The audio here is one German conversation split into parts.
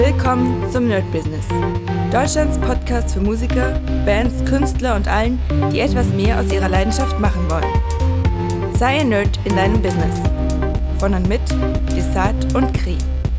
Willkommen zum Nerd Business. Deutschlands Podcast für Musiker, Bands, Künstler und allen, die etwas mehr aus ihrer Leidenschaft machen wollen. Sei ein Nerd in deinem Business. Von und mit Desart und Kri.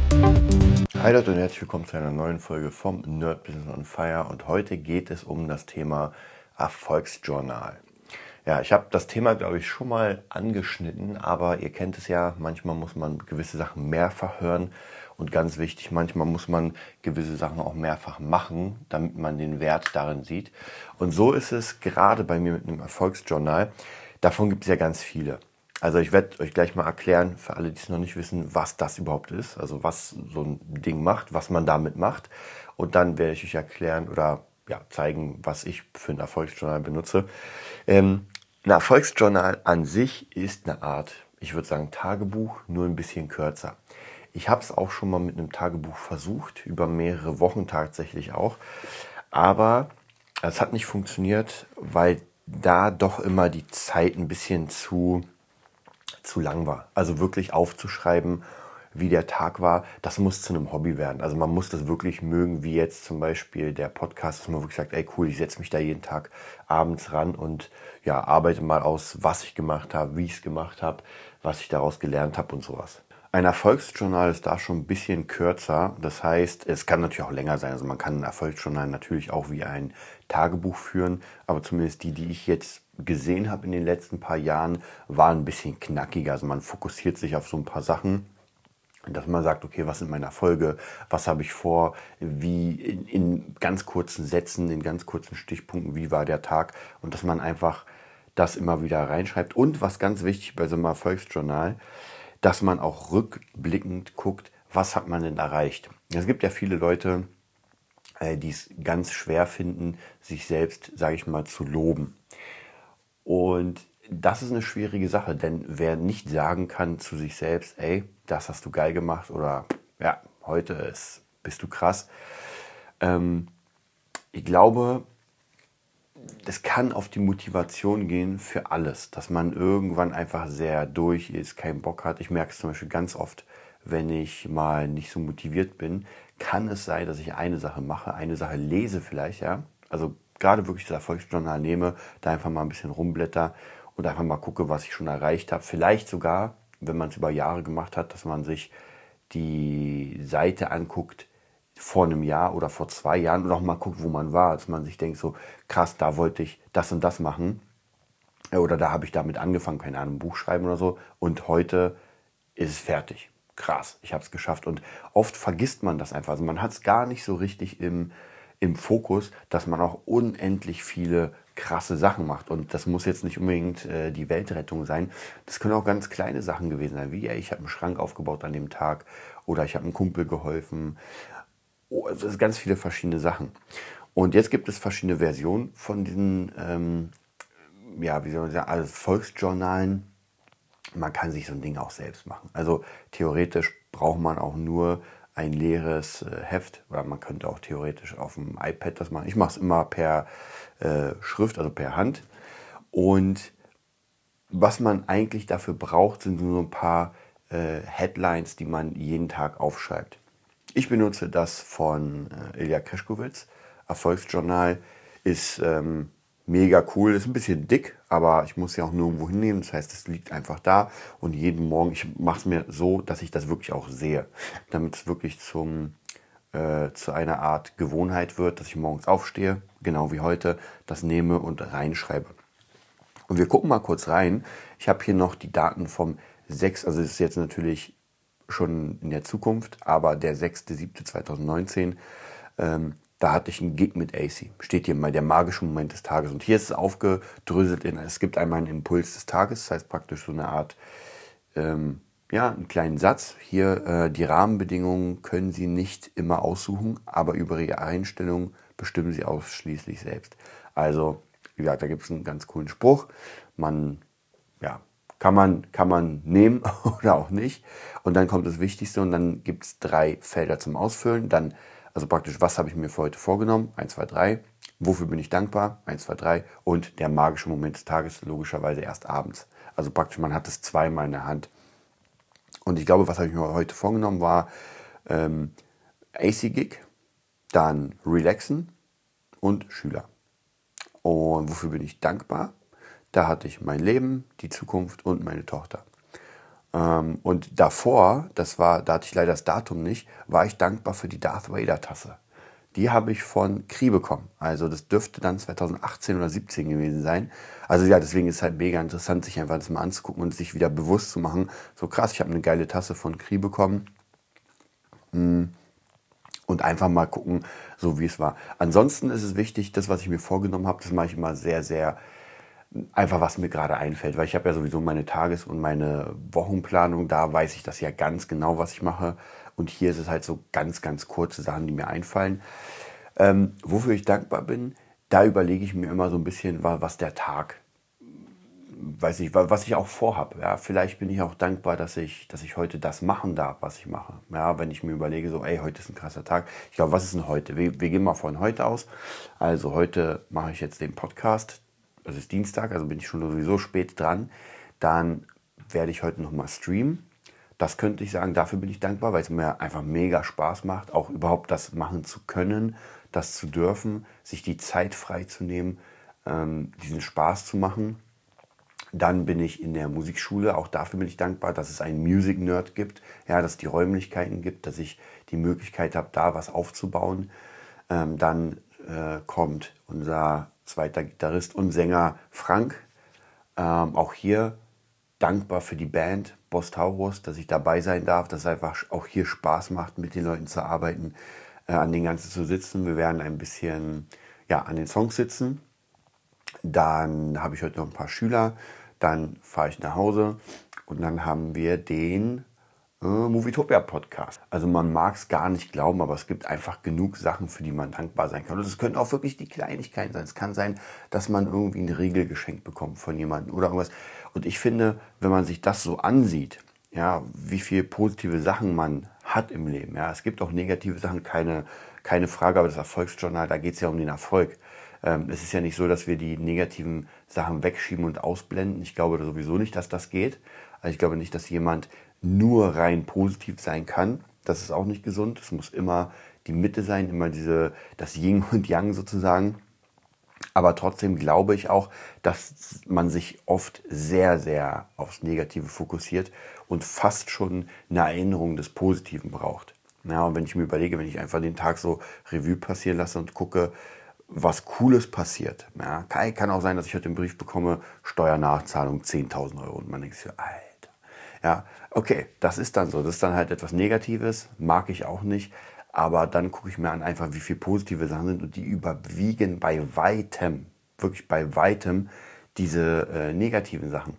Hi Leute und herzlich willkommen zu einer neuen Folge vom Nerd Business on Fire. Und heute geht es um das Thema Erfolgsjournal. Ja, ich habe das Thema, glaube ich, schon mal angeschnitten, aber ihr kennt es ja, manchmal muss man gewisse Sachen mehrfach hören und ganz wichtig, manchmal muss man gewisse Sachen auch mehrfach machen, damit man den Wert darin sieht. Und so ist es gerade bei mir mit einem Erfolgsjournal. Davon gibt es ja ganz viele. Also ich werde euch gleich mal erklären, für alle, die es noch nicht wissen, was das überhaupt ist, also was so ein Ding macht, was man damit macht. Und dann werde ich euch erklären oder zeigen, was ich für ein Erfolgsjournal benutze. Ein Erfolgsjournal an sich ist eine Art, ich würde sagen Tagebuch, nur ein bisschen kürzer. Ich habe es auch schon mal mit einem Tagebuch versucht, über mehrere Wochen tatsächlich auch. Aber es hat nicht funktioniert, weil da doch immer die Zeit ein bisschen zu lang war. Also wirklich aufzuschreiben, wie der Tag war, das muss zu einem Hobby werden. Also man muss das wirklich mögen, wie jetzt zum Beispiel der Podcast, dass man wirklich sagt, ey cool, ich setze mich da jeden Tag abends ran und arbeite mal aus, was ich gemacht habe, wie ich es gemacht habe, was ich daraus gelernt habe und sowas. Ein Erfolgsjournal ist da schon ein bisschen kürzer. Das heißt, es kann natürlich auch länger sein. Also man kann ein Erfolgsjournal natürlich auch wie ein Tagebuch führen. Aber zumindest die ich jetzt gesehen habe in den letzten paar Jahren, waren ein bisschen knackiger. Also man fokussiert sich auf so ein paar Sachen, dass man sagt, okay, was sind meine Erfolge, was habe ich vor, wie in ganz kurzen Sätzen, in ganz kurzen Stichpunkten, wie war der Tag und dass man einfach das immer wieder reinschreibt. Und was ganz wichtig bei so einem Erfolgsjournal, dass man auch rückblickend guckt, was hat man denn erreicht. Es gibt ja viele Leute, die es ganz schwer finden, sich selbst, sage ich mal, zu loben. Und das ist eine schwierige Sache, denn wer nicht sagen kann zu sich selbst, ey, das hast du geil gemacht oder heute bist du krass. Ich glaube, das kann auf die Motivation gehen für alles, dass man irgendwann einfach sehr durch ist, keinen Bock hat. Ich merke es zum Beispiel ganz oft, wenn ich mal nicht so motiviert bin, kann es sein, dass ich eine Sache mache, eine Sache lese vielleicht, also gerade wirklich das Erfolgsjournal nehme, da einfach mal ein bisschen rumblätter und einfach mal gucke, was ich schon erreicht habe. Vielleicht sogar, wenn man es über Jahre gemacht hat, dass man sich die Seite anguckt vor einem Jahr oder vor 2 Jahren und auch mal guckt, wo man war. Dass man sich denkt, so krass, da wollte ich das und das machen oder da habe ich damit angefangen, keine Ahnung, ein Buch schreiben oder so und heute ist es fertig. Krass, ich habe es geschafft und oft vergisst man das einfach. Also man hat es gar nicht so richtig im Fokus, dass man auch unendlich viele krasse Sachen macht. Und das muss jetzt nicht unbedingt die Weltrettung sein. Das können auch ganz kleine Sachen gewesen sein, wie ich habe einen Schrank aufgebaut an dem Tag oder ich habe einem Kumpel geholfen. Es sind ganz viele verschiedene Sachen. Und jetzt gibt es verschiedene Versionen von diesen, wie soll man sagen, also Volksjournalen. Man kann sich so ein Ding auch selbst machen. Also theoretisch braucht man auch nur ein leeres Heft oder man könnte auch theoretisch auf dem iPad das machen. Ich mache es immer per Schrift, also per Hand. Und was man eigentlich dafür braucht, sind nur so ein paar Headlines, die man jeden Tag aufschreibt. Ich benutze das von Ilja Kreschkowitz. Erfolgsjournal ist mega cool, ist ein bisschen dick, aber ich muss ja auch nirgendwo hinnehmen. Das heißt, es liegt einfach da und jeden Morgen, ich mache es mir so, dass ich das wirklich auch sehe, damit es wirklich zu einer Art Gewohnheit wird, dass ich morgens aufstehe, genau wie heute, das nehme und reinschreibe. Und wir gucken mal kurz rein. Ich habe hier noch die Daten vom 6, also das ist jetzt natürlich schon in der Zukunft, aber der 6.7.2019, da hatte ich einen Gig mit AC. Steht hier mal der magische Moment des Tages. Und hier ist es aufgedröselt es gibt einmal einen Impuls des Tages, das heißt praktisch so eine Art, einen kleinen Satz. Hier, die Rahmenbedingungen können Sie nicht immer aussuchen, aber über Ihre Einstellung bestimmen Sie ausschließlich selbst. Also, wie gesagt, da gibt es einen ganz coolen Spruch. Kann man nehmen oder auch nicht. Und dann kommt das Wichtigste und dann gibt es 3 Felder zum Ausfüllen. Dann, also praktisch, was habe ich mir für heute vorgenommen? 1, 2, 3. Wofür bin ich dankbar? 1, 2, 3. Und der magische Moment des Tages, logischerweise erst abends. Also praktisch, man hat es zweimal in der Hand. Und ich glaube, was habe ich mir heute vorgenommen, war AC-Gig, dann Relaxen und Schüler. Und wofür bin ich dankbar? Da hatte ich mein Leben, die Zukunft und meine Tochter. Und davor, da hatte ich leider das Datum nicht, war ich dankbar für die Darth Vader Tasse. Die habe ich von Kri bekommen. Also das dürfte dann 2018 oder 2017 gewesen sein. Also ja, deswegen ist es halt mega interessant, sich einfach das mal anzugucken und sich wieder bewusst zu machen. So krass, ich habe eine geile Tasse von Kri bekommen. Und einfach mal gucken, so wie es war. Ansonsten ist es wichtig, das, was ich mir vorgenommen habe, das mache ich immer sehr, sehr einfach, was mir gerade einfällt. Weil ich habe ja sowieso meine Tages- und meine Wochenplanung. Da weiß ich das ja ganz genau, was ich mache. Und hier ist es halt so ganz, ganz kurze Sachen, die mir einfallen. Wofür ich dankbar bin, da überlege ich mir immer so ein bisschen, was der Tag, weiß ich, was ich auch vorhabe. Ja, vielleicht bin ich auch dankbar, dass ich heute das machen darf, was ich mache. Ja, wenn ich mir überlege, so, ey, heute ist ein krasser Tag. Ich glaube, was ist denn heute? Wir gehen mal von heute aus. Also heute mache ich jetzt den Podcast. Es ist Dienstag, also bin ich schon sowieso spät dran. Dann werde ich heute nochmal streamen. Das könnte ich sagen, dafür bin ich dankbar, weil es mir einfach mega Spaß macht, auch überhaupt das machen zu können, das zu dürfen, sich die Zeit frei zu nehmen, diesen Spaß zu machen. Dann bin ich in der Musikschule, auch dafür bin ich dankbar, dass es einen Music Nerd gibt, ja, dass es die Räumlichkeiten gibt, dass ich die Möglichkeit habe, da was aufzubauen. Dann kommt unser zweiter Gitarrist und Sänger Frank, auch hier dankbar für die Band Boss Taurus, dass ich dabei sein darf, dass es einfach auch hier Spaß macht, mit den Leuten zu arbeiten, an den Ganzen zu sitzen. Wir werden ein bisschen an den Songs sitzen. Dann habe ich heute noch ein paar Schüler. Dann fahre ich nach Hause und dann haben wir den Movietopia Podcast. Also man mag es gar nicht glauben, aber es gibt einfach genug Sachen, für die man dankbar sein kann. Und es können auch wirklich die Kleinigkeiten sein. Es kann sein, dass man irgendwie ein Riegel geschenkt bekommt von jemandem oder irgendwas. Und ich finde, wenn man sich das so ansieht, ja, wie viele positive Sachen man hat im Leben. Ja, es gibt auch negative Sachen, keine Frage, aber das Erfolgsjournal, da geht es ja um den Erfolg. Es ist ja nicht so, dass wir die negativen Sachen wegschieben und ausblenden. Ich glaube sowieso nicht, dass das geht. Also ich glaube nicht, dass jemand nur rein positiv sein kann. Das ist auch nicht gesund. Es muss immer die Mitte sein, immer das Yin und Yang sozusagen. Aber trotzdem glaube ich auch, dass man sich oft sehr, sehr aufs Negative fokussiert und fast schon eine Erinnerung des Positiven braucht. Ja, und wenn ich mir überlege, wenn ich einfach den Tag so Revue passieren lasse und gucke, was Cooles passiert. Ja, kann auch sein, dass ich heute einen Brief bekomme, Steuernachzahlung 10.000 Euro. Und man denkt sich, Alter. Ja, okay, das ist dann so. Das ist dann halt etwas Negatives, mag ich auch nicht. Aber dann gucke ich mir an, einfach wie viele positive Sachen sind und die überwiegen bei weitem, wirklich bei weitem, diese negativen Sachen.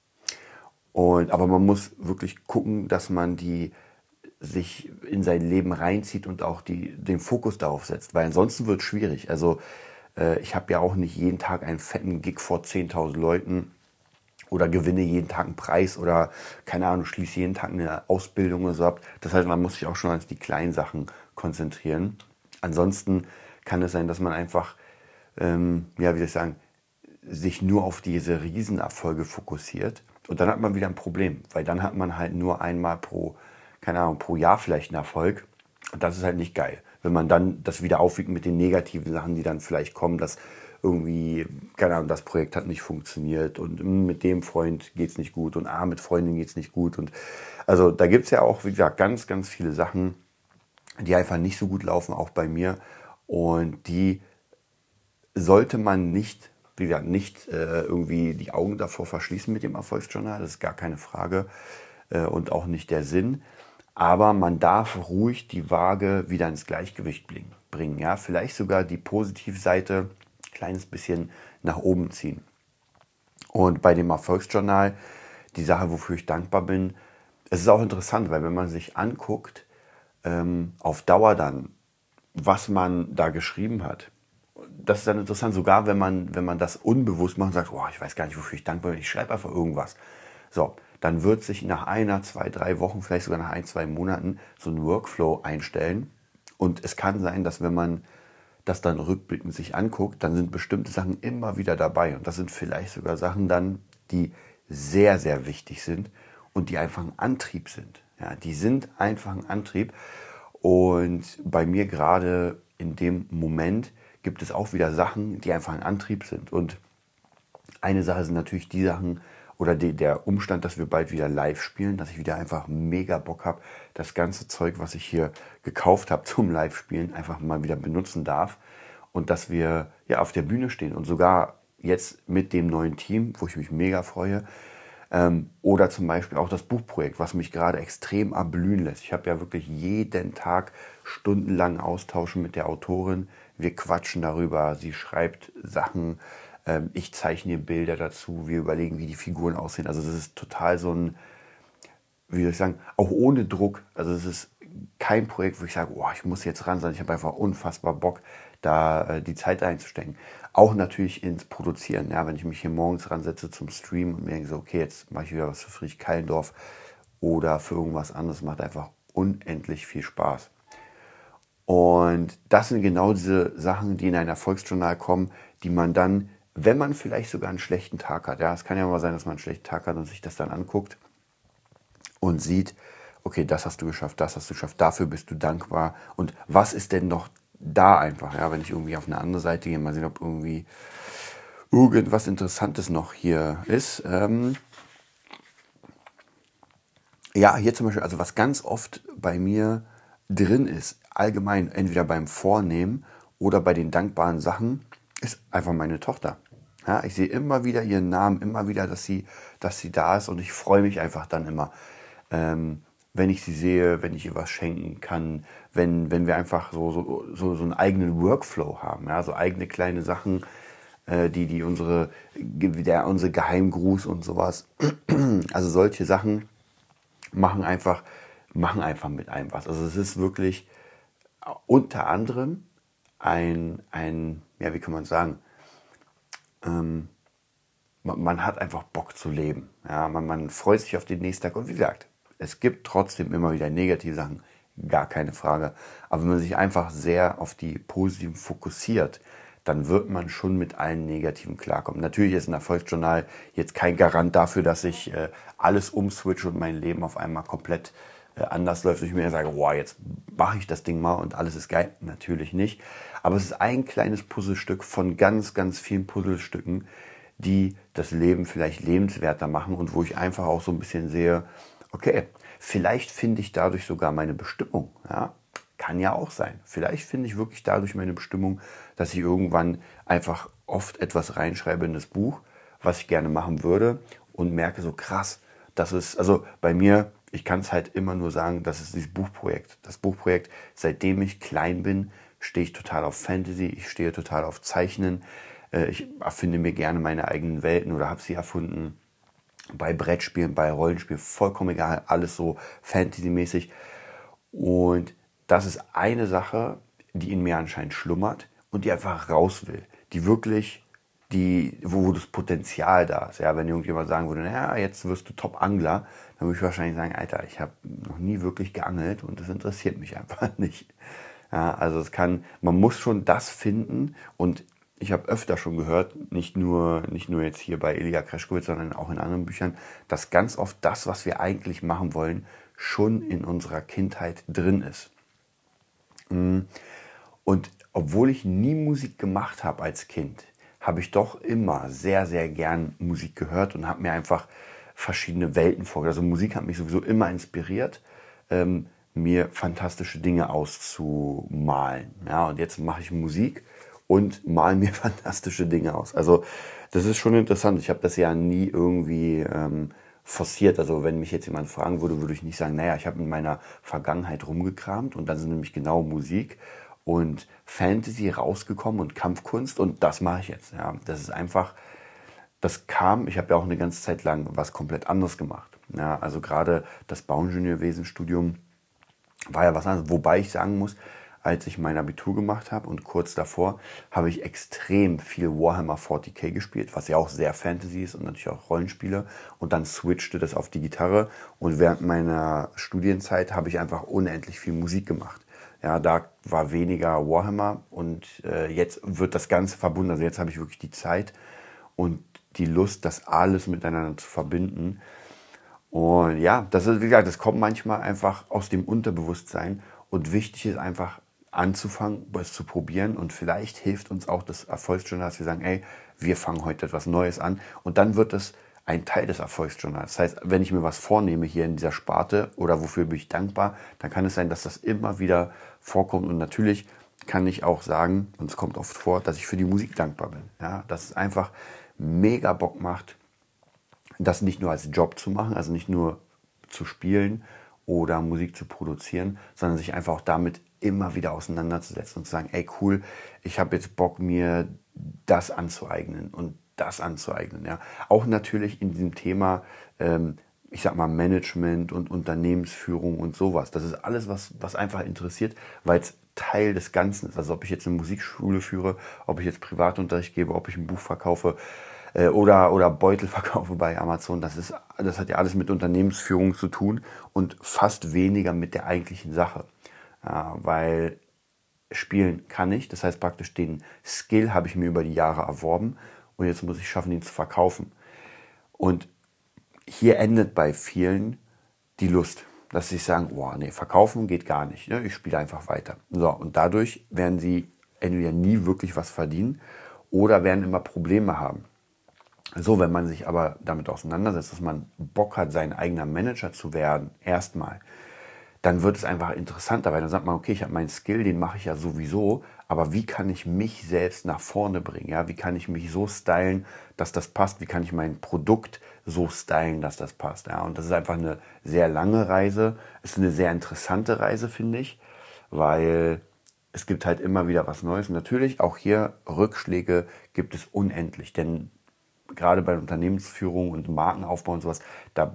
Aber man muss wirklich gucken, dass man die sich in sein Leben reinzieht und auch den Fokus darauf setzt, weil ansonsten wird es schwierig. Also ich habe ja auch nicht jeden Tag einen fetten Gig vor 10.000 Leuten oder gewinne jeden Tag einen Preis oder, keine Ahnung, schließe jeden Tag eine Ausbildung oder so ab. Das heißt, man muss sich auch schon auf die kleinen Sachen konzentrieren. Ansonsten kann es sein, dass man einfach, sich nur auf diese Riesenerfolge fokussiert und dann hat man wieder ein Problem, weil dann hat man halt nur einmal pro Jahr vielleicht einen Erfolg. Und das ist halt nicht geil. Wenn man dann das wieder aufwiegt mit den negativen Sachen, die dann vielleicht kommen, dass irgendwie, das Projekt hat nicht funktioniert und mit dem Freund geht es nicht gut und mit Freundin geht es nicht gut. Und also da gibt es ja auch, wie gesagt, ganz, ganz viele Sachen, die einfach nicht so gut laufen, auch bei mir. Und die sollte man nicht, wie gesagt, irgendwie die Augen davor verschließen mit dem Erfolgsjournal. Das ist gar keine Frage und auch nicht der Sinn. Aber man darf ruhig die Waage wieder ins Gleichgewicht bringen. Ja? Vielleicht sogar die Positivseite ein kleines bisschen nach oben ziehen. Und bei dem Erfolgsjournal, die Sache, wofür ich dankbar bin, es ist auch interessant, weil wenn man sich anguckt, auf Dauer dann, was man da geschrieben hat, das ist dann interessant, sogar wenn man das unbewusst macht und sagt, ich weiß gar nicht, wofür ich dankbar bin, ich schreibe einfach irgendwas. So, dann wird sich nach 1, 2, 3 Wochen, vielleicht sogar nach 1, 2 Monaten so ein Workflow einstellen. Und es kann sein, dass wenn man das dann rückblickend sich anguckt, dann sind bestimmte Sachen immer wieder dabei. Und das sind vielleicht sogar Sachen dann, die sehr, sehr wichtig sind und die einfach ein Antrieb sind. Ja, die sind einfach ein Antrieb. Und bei mir gerade in dem Moment gibt es auch wieder Sachen, die einfach ein Antrieb sind. Und eine Sache sind natürlich die Sachen oder der Umstand, dass wir bald wieder live spielen, dass ich wieder einfach mega Bock habe, das ganze Zeug, was ich hier gekauft habe zum Live-Spielen, einfach mal wieder benutzen darf. Und dass wir ja auf der Bühne stehen und sogar jetzt mit dem neuen Team, wo ich mich mega freue, oder zum Beispiel auch das Buchprojekt, was mich gerade extrem erblühen lässt. Ich habe ja wirklich jeden Tag stundenlang Austausch mit der Autorin. Wir quatschen darüber, sie schreibt Sachen, ich zeichne Bilder dazu, wir überlegen, wie die Figuren aussehen. Also das ist total so ein, wie soll ich sagen, auch ohne Druck. Also es ist kein Projekt, wo ich sage, oh, ich muss jetzt ran, sondern ich habe einfach unfassbar Bock, da die Zeit einzustecken. Auch natürlich ins Produzieren. Ja, wenn ich mich hier morgens ransetze zum Stream und mir denke so, okay, jetzt mache ich wieder was für Friedrich Kallendorf oder für irgendwas anderes, macht einfach unendlich viel Spaß. Und das sind genau diese Sachen, die in ein Erfolgsjournal kommen, die man dann, wenn man vielleicht sogar einen schlechten Tag hat, ja, es kann ja mal sein, dass man einen schlechten Tag hat und sich das dann anguckt und sieht, okay, das hast du geschafft, dafür bist du dankbar. Und was ist denn noch da einfach, ja, wenn ich irgendwie auf eine andere Seite gehe, mal sehen, ob irgendwie irgendwas Interessantes noch hier ist. Ja, hier zum Beispiel, also was ganz oft bei mir drin ist, allgemein, entweder beim Vornehmen oder bei den dankbaren Sachen, ist einfach meine Tochter. Ja, ich sehe immer wieder ihren Namen, immer wieder, dass sie da ist und ich freue mich einfach dann immer, wenn ich sie sehe, wenn ich ihr was schenken kann, wenn wir einfach so einen eigenen Workflow haben, ja, so eigene kleine Sachen, die unsere Geheimgruß und sowas, also solche Sachen machen einfach mit einem was. Also es ist wirklich unter anderem ja, wie kann man sagen, man hat einfach Bock zu leben. Ja, man freut sich auf den nächsten Tag. Und wie gesagt, es gibt trotzdem immer wieder negative Sachen, gar keine Frage. Aber wenn man sich einfach sehr auf die positiven fokussiert, dann wird man schon mit allen Negativen klarkommen. Natürlich ist ein Erfolgsjournal jetzt kein Garant dafür, dass ich alles umswitche und mein Leben auf einmal komplett anders läuft. Und ich mir sage, wow, jetzt mache ich das Ding mal und alles ist geil. Natürlich nicht. Aber es ist ein kleines Puzzlestück von ganz, ganz vielen Puzzlestücken, die das Leben vielleicht lebenswerter machen und wo ich einfach auch so ein bisschen sehe, okay, vielleicht finde ich dadurch sogar meine Bestimmung. Ja? Kann ja auch sein. Vielleicht finde ich wirklich dadurch meine Bestimmung, dass ich irgendwann einfach oft etwas reinschreibe in das Buch, was ich gerne machen würde und merke so krass, das ist, also bei mir, ich kann es halt immer nur sagen, das ist dieses Buchprojekt. Das Buchprojekt, seitdem ich klein bin, stehe ich total auf Fantasy, ich stehe total auf Zeichnen, ich erfinde mir gerne meine eigenen Welten oder habe sie erfunden. Bei Brettspielen, bei Rollenspielen, vollkommen egal, alles so Fantasy-mäßig. Und das ist eine Sache, die in mir anscheinend schlummert und die einfach raus will. Die wirklich, wo das Potenzial da ist. Ja, wenn irgendjemand sagen würde, naja, jetzt wirst du Top-Angler, dann würde ich wahrscheinlich sagen, Alter, ich habe noch nie wirklich geangelt und das interessiert mich einfach nicht. Ja, also man muss schon das finden und ich habe öfter schon gehört, nicht nur jetzt hier bei Ilya Kreschkowitz, sondern auch in anderen Büchern, dass ganz oft das, was wir eigentlich machen wollen, schon in unserer Kindheit drin ist. Und obwohl ich nie Musik gemacht habe als Kind, habe ich doch immer sehr, sehr gern Musik gehört und habe mir einfach verschiedene Welten vorgestellt. Also Musik hat mich sowieso immer inspiriert, mir fantastische Dinge auszumalen. Ja, und jetzt mache ich Musik und malen mir fantastische Dinge aus. Also das ist schon interessant. Ich habe das ja nie irgendwie forciert. Also wenn mich jetzt jemand fragen würde, würde ich nicht sagen, naja, ich habe in meiner Vergangenheit rumgekramt und dann sind nämlich genau Musik und Fantasy rausgekommen und Kampfkunst und das mache ich jetzt. Ja, das ist einfach, ich habe ja auch eine ganze Zeit lang was komplett anderes gemacht. Ja, also gerade das Bauingenieurwesenstudium war ja was anderes, wobei ich sagen muss, als ich mein Abitur gemacht habe und kurz davor habe ich extrem viel Warhammer 40k gespielt, was ja auch sehr Fantasy ist und natürlich auch Rollenspiele. Und dann switchte das auf die Gitarre und während meiner Studienzeit habe ich einfach unendlich viel Musik gemacht. Ja, da war weniger Warhammer und jetzt wird das Ganze verbunden. Also jetzt habe ich wirklich die Zeit und die Lust, das alles miteinander zu verbinden. Und ja, das ist, wie gesagt, das kommt manchmal einfach aus dem Unterbewusstsein. Und wichtig ist einfach anzufangen, es zu probieren. Und vielleicht hilft uns auch das Erfolgsjournal, dass wir sagen, ey, wir fangen heute etwas Neues an. Und dann wird es ein Teil des Erfolgsjournals. Das heißt, wenn ich mir was vornehme hier in dieser Sparte oder wofür bin ich dankbar, dann kann es sein, dass das immer wieder vorkommt. Und natürlich kann ich auch sagen, und es kommt oft vor, dass ich für die Musik dankbar bin. Ja, dass es einfach mega Bock macht, das nicht nur als Job zu machen, also nicht nur zu spielen oder Musik zu produzieren, sondern sich einfach auch damit immer wieder auseinanderzusetzen und zu sagen, ey cool, ich habe jetzt Bock, mir das anzueignen und das anzueignen. Ja. Auch natürlich in diesem Thema, ich sag mal Management und Unternehmensführung und sowas. Das ist alles, was einfach interessiert, weil es Teil des Ganzen ist. Also ob ich jetzt eine Musikschule führe, ob ich jetzt Privatunterricht gebe, ob ich ein Buch verkaufe oder Beutel verkaufe bei Amazon. Das hat ja alles mit Unternehmensführung zu tun und fast weniger mit der eigentlichen Sache. Ja, weil spielen kann ich, das heißt praktisch den Skill habe ich mir über die Jahre erworben und jetzt muss ich schaffen, ihn zu verkaufen. Und hier endet bei vielen die Lust, dass sie sagen, oh nee, verkaufen geht gar nicht, ne? Ich spiele einfach weiter. So, und dadurch werden sie entweder nie wirklich was verdienen oder werden immer Probleme haben. So, wenn man sich aber damit auseinandersetzt, dass man Bock hat, sein eigener Manager zu werden, erstmal, dann wird es einfach interessanter, weil dann sagt man, okay, ich habe meinen Skill, den mache ich ja sowieso, aber wie kann ich mich selbst nach vorne bringen? Ja? Wie kann ich mich so stylen, dass das passt? Wie kann ich mein Produkt so stylen, dass das passt? Ja? Und das ist einfach eine sehr lange Reise. Es ist eine sehr interessante Reise, finde ich, weil es gibt halt immer wieder was Neues. Und natürlich auch hier Rückschläge gibt es unendlich, denn gerade bei Unternehmensführung und Markenaufbau und sowas,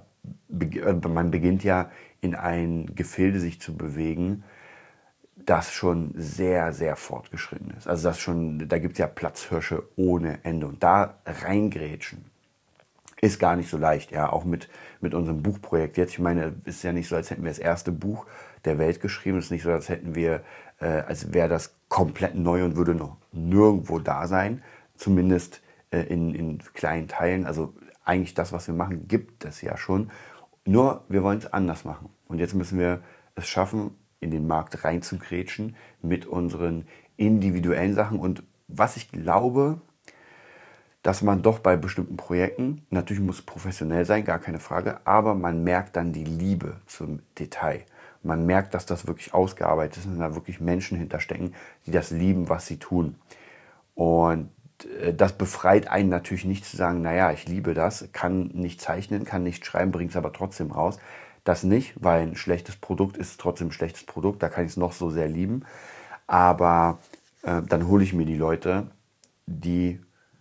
man beginnt ja in ein Gefilde sich zu bewegen, das schon sehr, sehr fortgeschritten ist. Also da gibt es ja Platzhirsche ohne Ende. Und da reingrätschen ist gar nicht so leicht. Ja, auch mit unserem Buchprojekt jetzt. Ich meine, es ist ja nicht so, als hätten wir das erste Buch der Welt geschrieben. Es ist nicht so, als als wäre das komplett neu und würde noch nirgendwo da sein. Zumindest in kleinen Teilen. Also eigentlich das, was wir machen, gibt es ja schon. Nur wir wollen es anders machen. Und jetzt müssen wir es schaffen, in den Markt reinzugrätschen mit unseren individuellen Sachen. Und was ich glaube, dass man doch bei bestimmten Projekten, natürlich muss es professionell sein, gar keine Frage, aber man merkt dann die Liebe zum Detail. Man merkt, dass das wirklich ausgearbeitet ist und da wirklich Menschen hinterstecken, die das lieben, was sie tun. Und das befreit einen natürlich nicht zu sagen, naja, ich liebe das, kann nicht zeichnen, kann nicht schreiben, bringt es aber trotzdem raus. Das nicht, weil ein schlechtes Produkt ist trotzdem ein schlechtes Produkt, da kann ich es noch so sehr lieben. Aber dann hole ich mir die Leute, die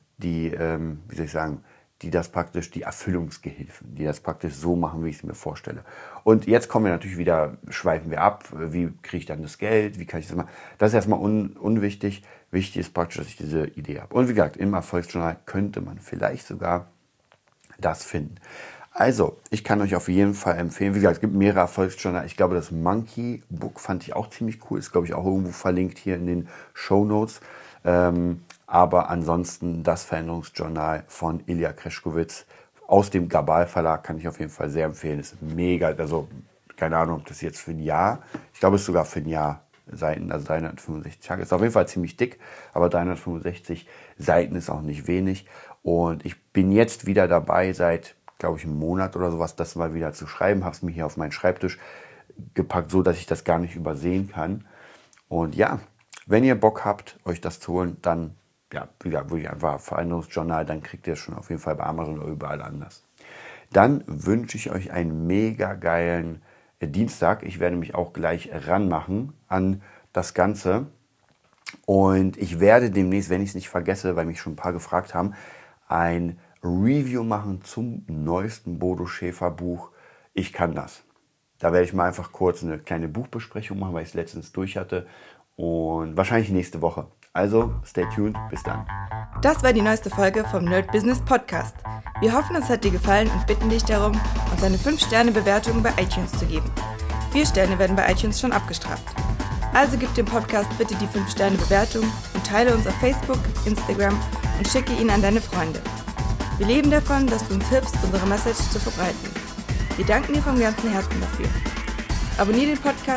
das praktisch, die Erfüllungsgehilfen, die das praktisch so machen, wie ich es mir vorstelle. Und jetzt kommen wir natürlich wieder, schweifen wir ab, wie kriege ich dann das Geld, wie kann ich das machen? Das ist erstmal unwichtig. Wichtig ist praktisch, dass ich diese Idee habe. Und wie gesagt, im Erfolgsjournal könnte man vielleicht sogar das finden. Also, ich kann euch auf jeden Fall empfehlen, wie gesagt, es gibt mehrere Erfolgsjournal. Ich glaube, das Monkey Book fand ich auch ziemlich cool. Ist, glaube ich, auch irgendwo verlinkt hier in den Shownotes. Aber ansonsten das Veränderungsjournal von Ilya Kreschkowitz aus dem Gabal Verlag kann ich auf jeden Fall sehr empfehlen. Ist mega, also keine Ahnung, ob das jetzt für ein Jahr, ich glaube, es ist sogar für ein Jahr Seiten, also 365 Tage. Ist auf jeden Fall ziemlich dick, aber 365 Seiten ist auch nicht wenig. Und ich bin jetzt wieder dabei, seit, glaube ich, einem Monat oder sowas, das mal wieder zu schreiben. Habe es mir hier auf meinen Schreibtisch gepackt, so dass ich das gar nicht übersehen kann. Und ja, wenn ihr Bock habt, euch das zu holen, dann ja, wieder würde ich einfach Veränderungsjournal, dann kriegt ihr es schon auf jeden Fall bei Amazon oder überall anders. Dann wünsche ich euch einen mega geilen Dienstag. Ich werde mich auch gleich ranmachen an das Ganze. Und ich werde demnächst, wenn ich es nicht vergesse, weil mich schon ein paar gefragt haben, ein Review machen zum neuesten Bodo Schäfer Buch. Ich kann das. Da werde ich mal einfach kurz eine kleine Buchbesprechung machen, weil ich es letztens durch hatte. Und wahrscheinlich nächste Woche. Also, stay tuned. Bis dann. Das war die neueste Folge vom Nerd Business Podcast. Wir hoffen, es hat dir gefallen und bitten dich darum, uns eine 5-Sterne-Bewertung bei iTunes zu geben. 4 Sterne werden bei iTunes schon abgestraft. Also gib dem Podcast bitte die 5-Sterne-Bewertung und teile uns auf Facebook, Instagram und schicke ihn an deine Freunde. Wir leben davon, dass du uns hilfst, unsere Message zu verbreiten. Wir danken dir vom ganzen Herzen dafür. Abonniere den Podcast,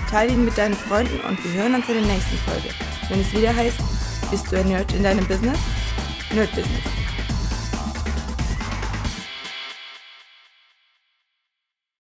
teile ihn mit deinen Freunden und wir hören uns in der nächsten Folge, wenn es wieder heißt, bist du ein Nerd in deinem Business? Nerd Business.